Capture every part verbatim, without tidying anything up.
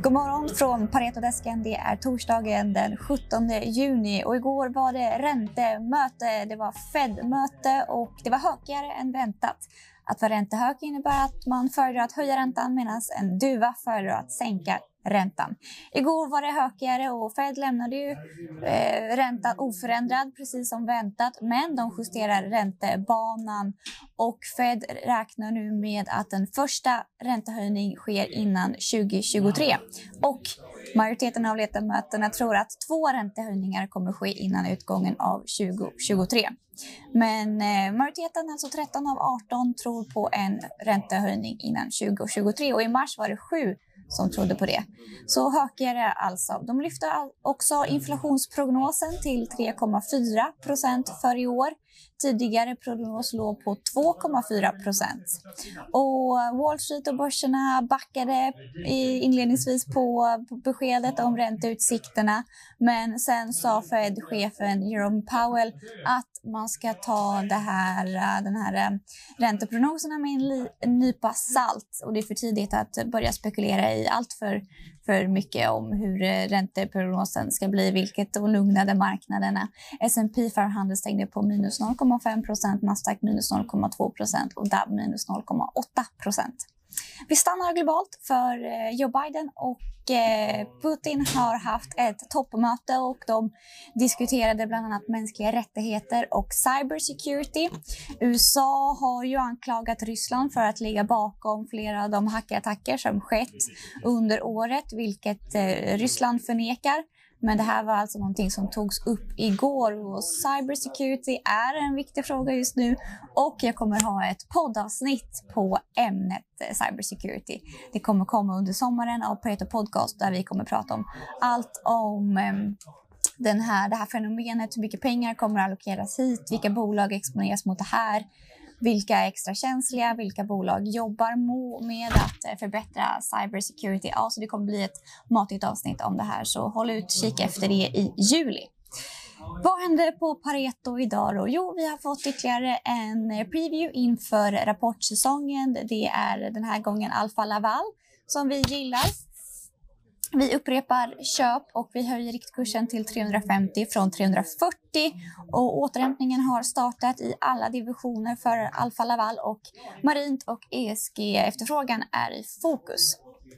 God morgon från Paretodesken. Det är torsdagen den sjuttonde juni och igår var det räntemöte. Det var Fed-möte och det var hökigare än väntat. Att vara räntehög innebär att man föredrar att höja räntan medan en duva föredrar att sänka räntan. Igår var det hökigare och Fed lämnade ju eh, räntan oförändrad precis som väntat, men de justerar räntebanan och Fed räknar nu med att den första räntehöjning sker innan tjugo tjugotre och majoriteten av ledamöterna tror att två räntehöjningar kommer ske innan utgången av tjugo tjugotre. Men eh, majoriteten, alltså tretton av arton, tror på en räntehöjning innan tjugo tjugotre och i mars var det sju som trodde på det. Så hökigare alltså. De lyfter också inflationsprognosen till tre komma fyra procent för i år. Tidigare prognos låg på två komma fyra procent. Och Wall Street och börserna backade inledningsvis på beskedet om ränteutsikterna. Men sen sa Fed-chefen Jerome Powell att man ska ta det här, den här ränteprognoserna med en nypa salt. Och det är för tidigt att börja spekulera i allt för, för mycket om hur ränteprognosen ska bli, vilket då lugnade marknaderna. S and P femhundra stängde på minus noll komma fem procent, Nasdaq minus noll komma två procent och Dow minus noll komma åtta procent. Vi stannar globalt för Joe Biden och Putin har haft ett toppmöte och de diskuterade bland annat mänskliga rättigheter och cybersecurity. U S A har ju anklagat Ryssland för att ligga bakom flera av de hackerattacker som skett under året, vilket Ryssland förnekar. Men det här var alltså någonting som togs upp igår och cybersecurity är en viktig fråga just nu och jag kommer ha ett poddavsnitt på ämnet cybersecurity. Det kommer komma under sommaren av Pareto Podcast där vi kommer prata om allt om um, den här, det här fenomenet, hur mycket pengar kommer att allokeras hit, vilka bolag exponeras mot det här, vilka är extra känsliga, vilka bolag jobbar med att förbättra cybersecurity. Ja, så det kommer bli ett matigt avsnitt om det här, så håll utkik efter det i juli. Vad händer på Pareto idag då? Jo, vi har fått ytterligare en preview inför rapportsäsongen. Det är den här gången Alfa Laval som vi gillar. Vi upprepar köp och vi höjer riktkursen till trehundrafemtio från trehundrafyrtio och återhämtningen har startat i alla divisioner för Alfa Laval och marint och E S G-efterfrågan är i fokus.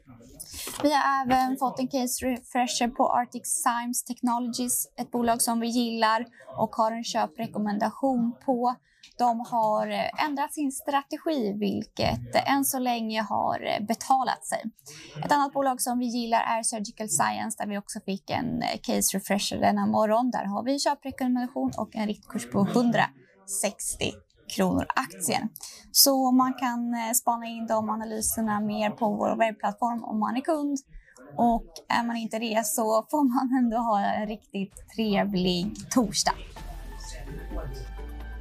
Vi har även fått en case refresher på Arctic Symes Technologies, ett bolag som vi gillar och har en köprekommendation på. De har ändrat sin strategi, vilket än så länge har betalat sig. Ett annat bolag som vi gillar är Surgical Science, där vi också fick en case refresher denna morgon. Där har vi köprekommendation och en riktkurs på hundrasextio kronor aktien. Så man kan spana in de analyserna mer på vår webbplattform om man är kund. Och är man inte det så får man ändå ha en riktigt trevlig torsdag.